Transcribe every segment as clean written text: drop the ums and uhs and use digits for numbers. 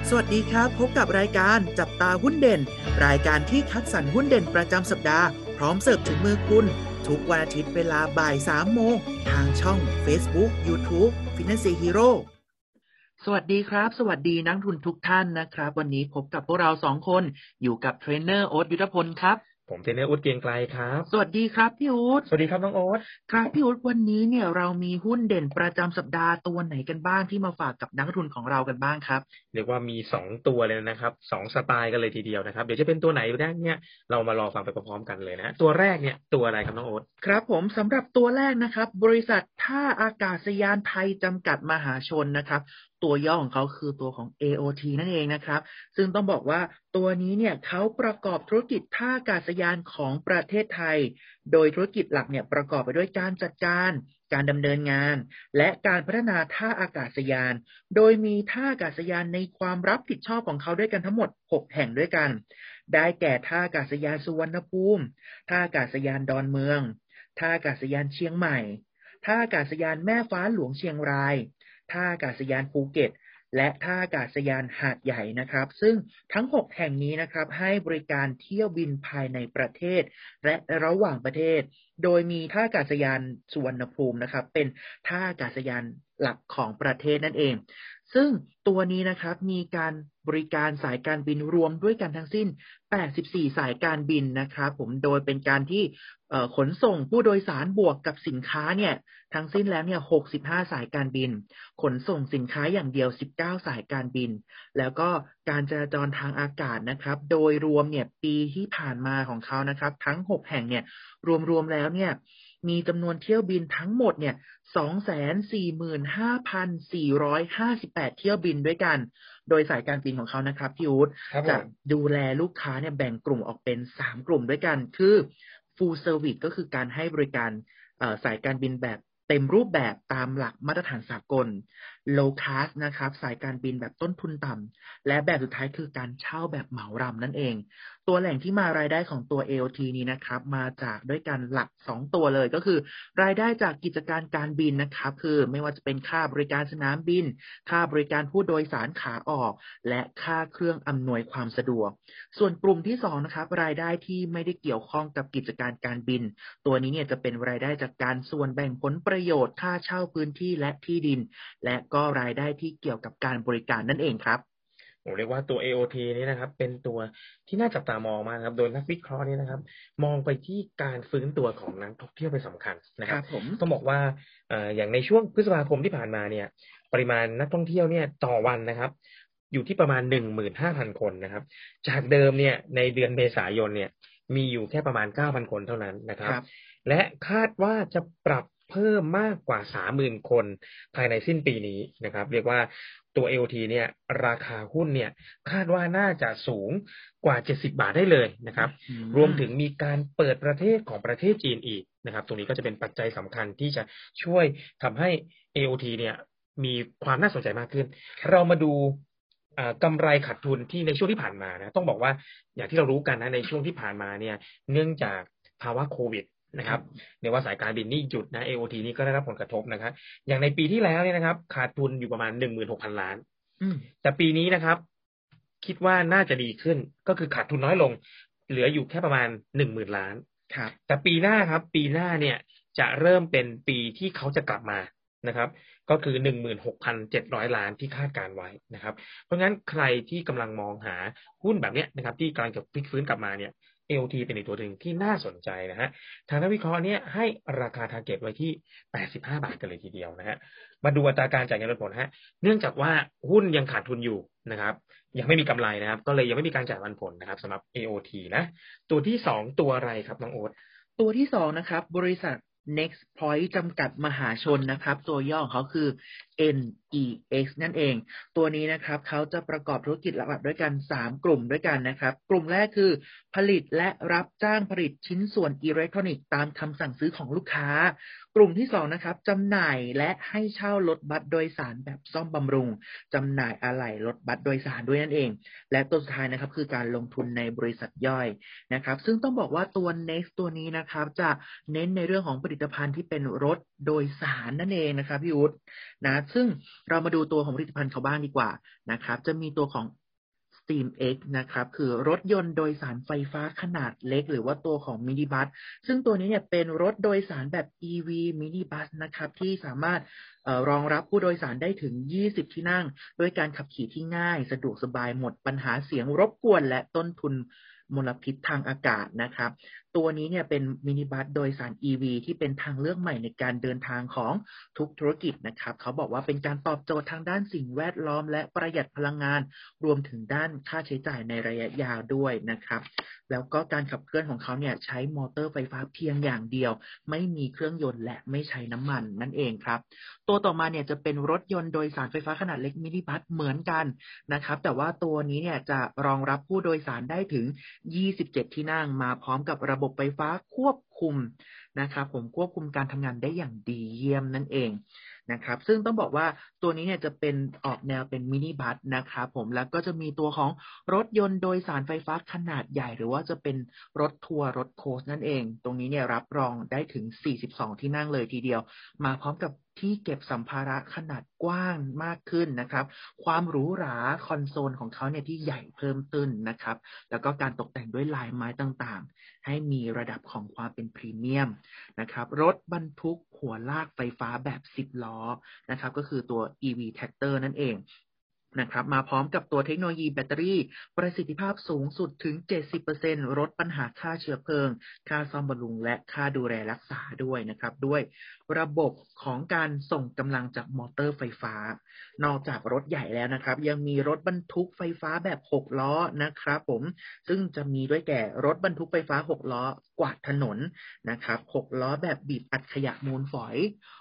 สวัสดีครับพบกับรายการจับตาหุ้นเด่นรายการที่คัดสรรหุ้นเด่นประจำสัปดาห์พร้อมเสิร์ฟถึงมือคุณทุกวันอาทิตย์เวลาบ่าย3โมงทางช่อง Facebook YouTube Finance Hero สวัสดีครับสวัสดีนักทุนทุกท่านนะครับวันนี้พบกับพวกเรา2คนอยู่กับเทรนเนอร์โอ๊ตยุทธพลครับผมเทรนเนอร์อุ๊ดเกรียงไกรครับสวัสดีครับพี่อุ๊ดสวัสดีครับน้องโอ๊ตครับพี่อุ๊ดวันนี้เนี่ยเรามีหุ้นเด่นประจำสัปดาห์ตัวไหนกันบ้างที่มาฝากกับนักทุนของเรากันบ้างครับเรียกว่ามี2 ตัวเลยนะครับ2 สไตล์กันเลยทีเดียวนะครับเดี๋ยวจะเป็นตัวไหนได้เนี่ยเรามารอฟังไปพร้อมๆกันเลยนะตัวแรกเนี่ยตัวอะไรครับน้องโอ๊ตครับผมสำหรับตัวแรกนะครับบริษัทท่าอากาศยานไทยจำกัดมหาชนนะครับตัวย่อของเขาคือตัวของ AOT นั่นเองนะครับซึ่งต้องบอกว่าตัวนี้เนี่ยเขาประกอบธุรกิจท่าอากาศยานของประเทศไทยโดยธุรกิจหลักเนี่ยประกอบไปด้วยการจัดการการดำเนินงานและการพัฒนาท่าอากาศยานโดยมีท่าอากาศยานในความรับผิดชอบของเขาด้วยกันทั้งหมด6แห่งด้วยกันได้แก่ท่าอากาศยานสุวรรณภูมิท่าอากาศยานดอนเมืองท่าอากาศยานเชียงใหม่ท่าอากาศยานแม่ฟ้าหลวงเชียงรายท่าอากาศยานภูเก็ตและท่าอากาศยานหาดใหญ่นะครับซึ่งทั้ง6แห่งนี้นะครับให้บริการเที่ยวบินภายในประเทศและระหว่างประเทศโดยมีท่าอากาศยานสุวรรณภูมินะครับเป็นท่าอากาศยานหลักของประเทศนั่นเองซึ่งตัวนี้นะครับมีการบริการสายการบินรวมด้วยกันทั้งสิ้น84สายการบินนะครับผมโดยเป็นการที่ขนส่งผู้โดยสารบวกกับสินค้าเนี่ยทั้งสิ้นแล้วเนี่ย65สายการบินขนส่งสินค้าอย่างเดียว19สายการบินแล้วก็การจราจรทางอากาศนะครับโดยรวมเนี่ยปีที่ผ่านมาของเขานะครับทั้ง6แห่งเนี่ยรวมๆแล้วเนี่ยมีจำนวนเที่ยวบินทั้งหมดเนี่ย245,458 เที่ยวบินด้วยกันโดยสายการบินของเขานะครับพี่อู๊ดจะดูแลลูกค้าเนี่ยแบ่งกลุ่มออกเป็น3กลุ่มด้วยกันคือ Full Service ก็คือการให้บริการสายการบินแบบเต็มรูปแบบตามหลักมาตรฐานสากล Low Cost นะครับสายการบินแบบต้นทุนต่ำและแบบสุดท้ายคือการเช่าแบบเหมารำนั่นเองตัวแหล่งที่มารายได้ของตัว AOT นี้นะครับมาจากด้วยกันหลัก2ตัวเลยก็คือรายได้จากกิจการการบินนะครับคือไม่ว่าจะเป็นค่าบริการสนามบินค่าบริการผู้โดยสารขาออกและค่าเครื่องอำนวยความสะดวกส่วนกลุ่มที่2นะครับรายได้ที่ไม่ได้เกี่ยวข้องกับกิจการการบินตัวนี้เนี่ยจะเป็นรายได้จากการส่วนแบ่งผลประโยชน์ค่าเช่าพื้นที่และที่ดินและก็รายได้ที่เกี่ยวกับการบริการนั่นเองครับผมเรียกว่าตัว AOT นี้นะครับเป็นตัวที่น่าจับตามองมากครับโดยนักวิเคราะห์นี่นะครับมองไปที่การฟื้นตัวของนักท่องเที่ยวเป็นสำคัญนะครับต้องบอกว่าอย่างในช่วงพฤษภาคมที่ผ่านมาเนี่ยปริมาณนักท่องเที่ยวเนี่ยต่อวันนะครับอยู่ที่ประมาณ 15,000 คนนะครับจากเดิมเนี่ยในเดือนเมษายนเนี่ยมีอยู่แค่ประมาณ 9,000 คนเท่านั้นนะครับและคาดว่าจะปรับเพิ่มมากกว่า 30,000 คนภายในสิ้นปีนี้นะครับเรียกว่าตัว AOT เนี่ยราคาหุ้นเนี่ยคาดว่าน่าจะสูงกว่า70บาทได้เลยนะครับรวมถึงมีการเปิดประเทศของประเทศจีนอีกนะครับตรงนี้ก็จะเป็นปัจจัยสำคัญที่จะช่วยทำให้ AOT เนี่ยมีความน่าสนใจมากขึ้นเรามาดูกำไรขาดทุนที่ในช่วงที่ผ่านมานะต้องบอกว่าอย่างที่เรารู้กันนะในช่วงที่ผ่านมาเนี่ยเนื่องจากภาวะโควิดนะครับเรียกว่าสายการบินนี่หยุดนะ AOT นี่ก็ได้รับผลกระทบนะครับอย่างในปีที่แล้วเนี่ยนะครับขาดทุนอยู่ประมาณ 16,000 ล้านแต่ปีนี้นะครับคิดว่าน่าจะดีขึ้นก็คือขาดทุนน้อยลงเหลืออยู่แค่ประมาณ 10,000 ล้านแต่ปีหน้าครับปีหน้าเนี่ยจะเริ่มเป็นปีที่เขาจะกลับมานะครับก็คือ 16,700 ล้านที่คาดการไว้นะครับเพราะงั้นใครที่กำลังมองหาหุ้นแบบนี้นะครับที่กำลังจะพลิกฟื้นกลับมาเนี่ย AOT เป็นอีกตัวหนึ่งที่น่าสนใจนะฮะทางนักวิเคราะห์เนี่ยให้ราคาทาร์เก็ตไว้ที่85บาทกันเลยทีเดียวนะฮะมาดูอัตราการจ่ายเงินปันผลฮะเนื่องจากว่าหุ้นยังขาดทุนอยู่นะครับยังไม่มีกำไรนะครับก็เลยยังไม่มีการจ่ายปันผลนะครับสำหรับ AOT นะตัวที่2ตัวอะไรครับน้องโอ๊ตตัวที่2นะครับบริษัท Next Point จำกัดมหาชนนะครับตัวย่อของเขาคือ NEX นั่นเองตัวนี้นะครับเขาจะประกอบธุรกิจหลักๆด้วยกัน3กลุ่มด้วยกันนะครับกลุ่มแรกคือผลิตและรับจ้างผลิตชิ้นส่วนอิเล็กทรอนิกส์ตามคำสั่งซื้อของลูกค้ากลุ่มที่2นะครับจำหน่ายและให้เช่ารถบัสโดยสารแบบซ่อมบำรุงจำหน่ายอะไหล่รถบัสโดยสารด้วยนั่นเองและตัวสุดท้ายนะครับคือการลงทุนในบริษัทย่อยนะครับซึ่งต้องบอกว่าตัว Next ตัวนี้นะครับจะเน้นในเรื่องของผลิตภัณฑ์ที่เป็นรถโดยสารนั่นเองนะครับพี่อุ๊ดนะซึ่งเรามาดูตัวของผลิตภัณฑ์เขาบ้างดีกว่านะครับจะมีตัวของ Steam X นะครับคือรถยนต์โดยสารไฟฟ้าขนาดเล็กหรือว่าตัวของมินิบัสซึ่งตัวนี้เนี่ยเป็นรถโดยสารแบบ EV มินิบัสนะครับที่สามารถรองรับผู้โดยสารได้ถึง20ที่นั่งด้วยการขับขี่ที่ง่ายสะดวกสบายหมดปัญหาเสียงรบกวนและต้นทุนมลพิษทางอากาศนะครับตัวนี้เนี่ยเป็นมินิบัสโดยสาร EV ที่เป็นทางเลือกใหม่ในการเดินทางของทุกธุรกิจนะครับเขาบอกว่าเป็นการตอบโจทย์ทางด้านสิ่งแวดล้อมและประหยัดพลังงานรวมถึงด้านค่าใช้จ่ายในระยะยาวด้วยนะครับแล้วก็การขับเคลื่อนของเขาเนี่ยใช้มอเตอร์ไฟฟ้าเพียงอย่างเดียวไม่มีเครื่องยนต์และไม่ใช้น้ำมันนั่นเองครับตัวต่อมาเนี่ยจะเป็นรถยนต์โดยสารไฟฟ้าขนาดเล็กมินิบัสเหมือนกันนะครับแต่ว่าตัวนี้เนี่ยจะรองรับผู้โดยสารได้ถึง27ที่นั่งมาพร้อมกับระบบไฟฟ้าควบคุมนะครับผมควบคุมการทำงานได้อย่างดีเยี่ยมนั่นเองนะครับซึ่งต้องบอกว่าตัวนี้เนี่ยจะเป็นออกแนวเป็นมินิบัสนะครับผมแล้วก็จะมีตัวของรถยนต์โดยสารไฟฟ้าขนาดใหญ่หรือว่าจะเป็นรถทัวร์รถโค้ชนั่นเองตรงนี้เนี่ยรับรองได้ถึง42ที่นั่งเลยทีเดียวมาพร้อมกับที่เก็บสัมภาระขนาดกว้างมากขึ้นนะครับความหรูหราคอนโซลของเขาเนี่ยที่ใหญ่เพิ่มขึ้นนะครับแล้วก็การตกแต่งด้วยลายไม้ต่างๆให้มีระดับของความเป็นพรีเมียมนะครับรถบรรทุกหัวลากไฟฟ้าแบบ10ล้อนะครับก็คือตัว EV Tractor นั่นเองนะครับมาพร้อมกับตัวเทคโนโลยีแบตเตอรี่ประสิทธิภาพสูงสุดถึง 70% ลดปัญหาค่าเชื้อเพลิงค่าซ่อมบำรุงและค่าดูแลรักษาด้วยนะครับด้วยระบบของการส่งกำลังจากมอเตอร์ไฟฟ้านอกจากรถใหญ่แล้วนะครับยังมีรถบรรทุกไฟฟ้าแบบ6ล้อนะครับผมซึ่งจะมีด้วยแก่รถบรรทุกไฟฟ้า6ล้อกวาดถนนนะครับ6ล้อแบบบีบอัดขยะมูลฝอย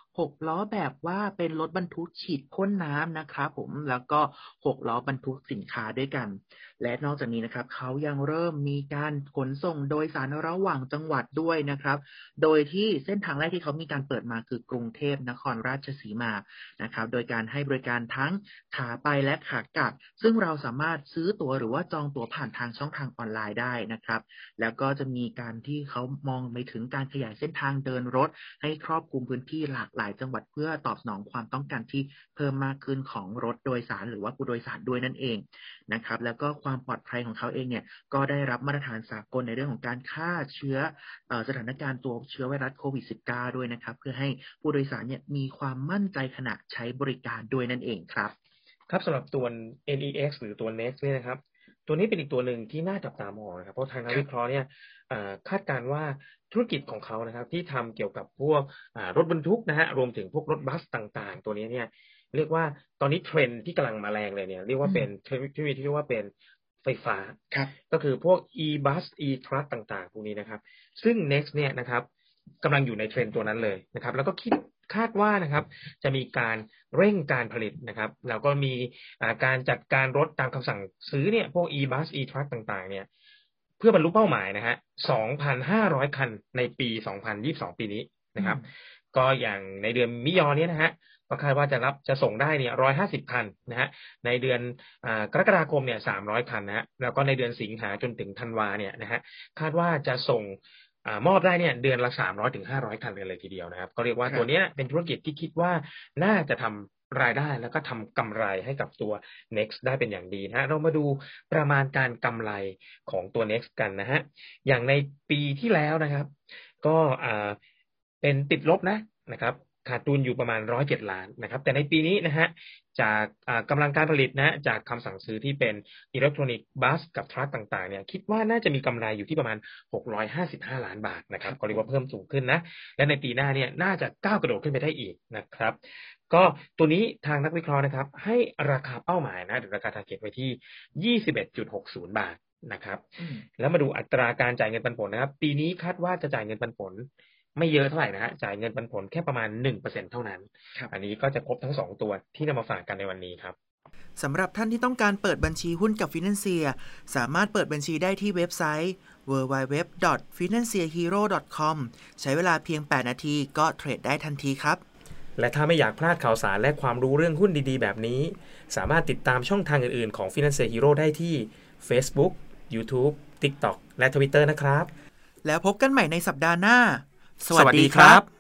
6ล้อแบบว่าเป็นรถบรรทุกฉีดพ่นน้ำนะครับผมแล้วก็6ล้อบรรทุกสินค้าด้วยกันและนอกจากนี้นะครับเขายังเริ่มมีการขนส่งโดยสารระหว่างจังหวัดด้วยนะครับโดยที่เส้นทางแรกที่เขามีการเปิดมาคือกรุงเทพนครราชสีมานะครับโดยการให้บริการทั้งขาไปและขากลับซึ่งเราสามารถซื้อตั๋วหรือว่าจองตั๋วผ่านทางช่องทางออนไลน์ได้นะครับแล้วก็จะมีการที่เขามองไปถึงการขยายเส้นทางเดินรถให้ครอบคลุมพื้นที่หลากหลายจังหวัดเพื่อตอบสนองความต้องการที่เพิ่มมากขึ้นของรถโดยสารหรือว่าผู้โดยสารด้วยนั่นเองนะครับแล้วก็ความปลอดภัยของเขาเองเนี่ยก็ได้รับมาตรฐานสากลในเรื่องของการฆ่าเชื้อสถานการณ์ตัวเชื้อไวรัสโควิด -19 ด้วยนะครับเพื่อให้ผู้โดยสารเนี่ยมีความมั่นใจขณะใช้บริการด้วยนั่นเองครับครับสำหรับตัว NEX หรือตัว Next เนี่ยนะครับตัวนี้เป็นอีกตัวหนึ่งที่น่าจับตามองนะครับเพราะทางนักวิเคราะห์เนี่ยคาดการณ์ว่าธุรกิจของเขานะครับที่ทำเกี่ยวกับพวกรถบรรทุกนะฮะรวมถึงพวกรถบัสต่างๆตัวนี้เนี่ยเรียกว่าตอนนี้เทรนด์ที่กำลังมาแรงเลยเนี่ยเรียกว่าเป็นเทรนด์ที่เรียกว่าเป็นไฟฟ้าก็คือพวก e-bus e-truck ต่างๆพวกนี้นะครับซึ่ง Next เนี่ยนะครับกำลังอยู่ในเทรนด์ตัวนั้นเลยนะครับแล้วก็คาดว่านะครับจะมีการเร่งการผลิตนะครับแล้วก็มีการจัดการรถตามคำสั่งซื้อเนี่ยพวก e-bus e-truck ต่างๆเนี่ยเพื่อบรรลุเป้าหมายนะฮะ 2,500 คันในปี 2022 ปีนี้นะครับก็อย่างในเดือนมิยอนี้นะฮะก็คาดว่าจะส่งได้เนี่ย150 คันนะฮะในเดือนกรกฎาคมเนี่ย300 คันนะฮะแล้วก็ในเดือนสิงหาจนถึงธันวาเนี่ยนะฮะคาดว่าจะส่งมอบได้เนี่ยเดือนละ300 ถึง 500 คันเลยทีเดียวนะครับก็เรียกว่าตัวนี้เป็นธุรกิจที่คิดว่าน่าจะทำรายได้แล้วก็ทำกำไรให้กับตัว Next ได้เป็นอย่างดีนะฮะเรามาดูประมาณการกำไรของตัว Next กันนะฮะอย่างในปีที่แล้วนะครับก็เป็นติดลบนะครับขาดทุนอยู่ประมาณ107 ล้านนะครับแต่ในปีนี้นะฮะจากกำลังการผลิตนะจากคำสั่งซื้อที่เป็นอิเล็กทรอนิกส์บัสกับทรัคต่างๆเนี่ยคิดว่าน่าจะมีกำไรอยู่ที่ประมาณ655 ล้านบาทนะครับก็เรียกว่าเพิ่มสูงขึ้นนะและในปีหน้าเนี่ยน่าจะก้าวกระโดดขึ้นไปได้อีกนะครับก็ตัวนี้ทางนักวิเคราะห์นะครับให้ราคาเป้าหมายนะหรือราคาทาร์เก็ตไว้ที่ 21.60 บาทนะครับแล้วมาดูอัตราการจ่ายเงินปันผลนะครับปีนี้คาดว่าจะจ่ายเงินปันผลไม่เยอะเท่าไหร่นะฮะจ่ายเงินปันผลแค่ประมาณ 1% เท่านั้นอันนี้ก็จะครบทั้ง2ตัวที่นำมาฝากกันในวันนี้ครับสำหรับท่านที่ต้องการเปิดบัญชีหุ้นกับ Financier สามารถเปิดบัญชีได้ที่เว็บไซต์ www.financierhero.com ใช้เวลาเพียง8นาทีก็เทรดได้ทันทีครับและถ้าไม่อยากพลาดข่าวสารและความรู้เรื่องหุ้นดีๆแบบนี้สามารถติดตามช่องทางอื่นๆของ Financier Hero ได้ที่ Facebook, YouTube, TikTok และ Twitter นะครับแล้วพบกันใหม่ในสัปดาห์หน้าสวัสดีครับ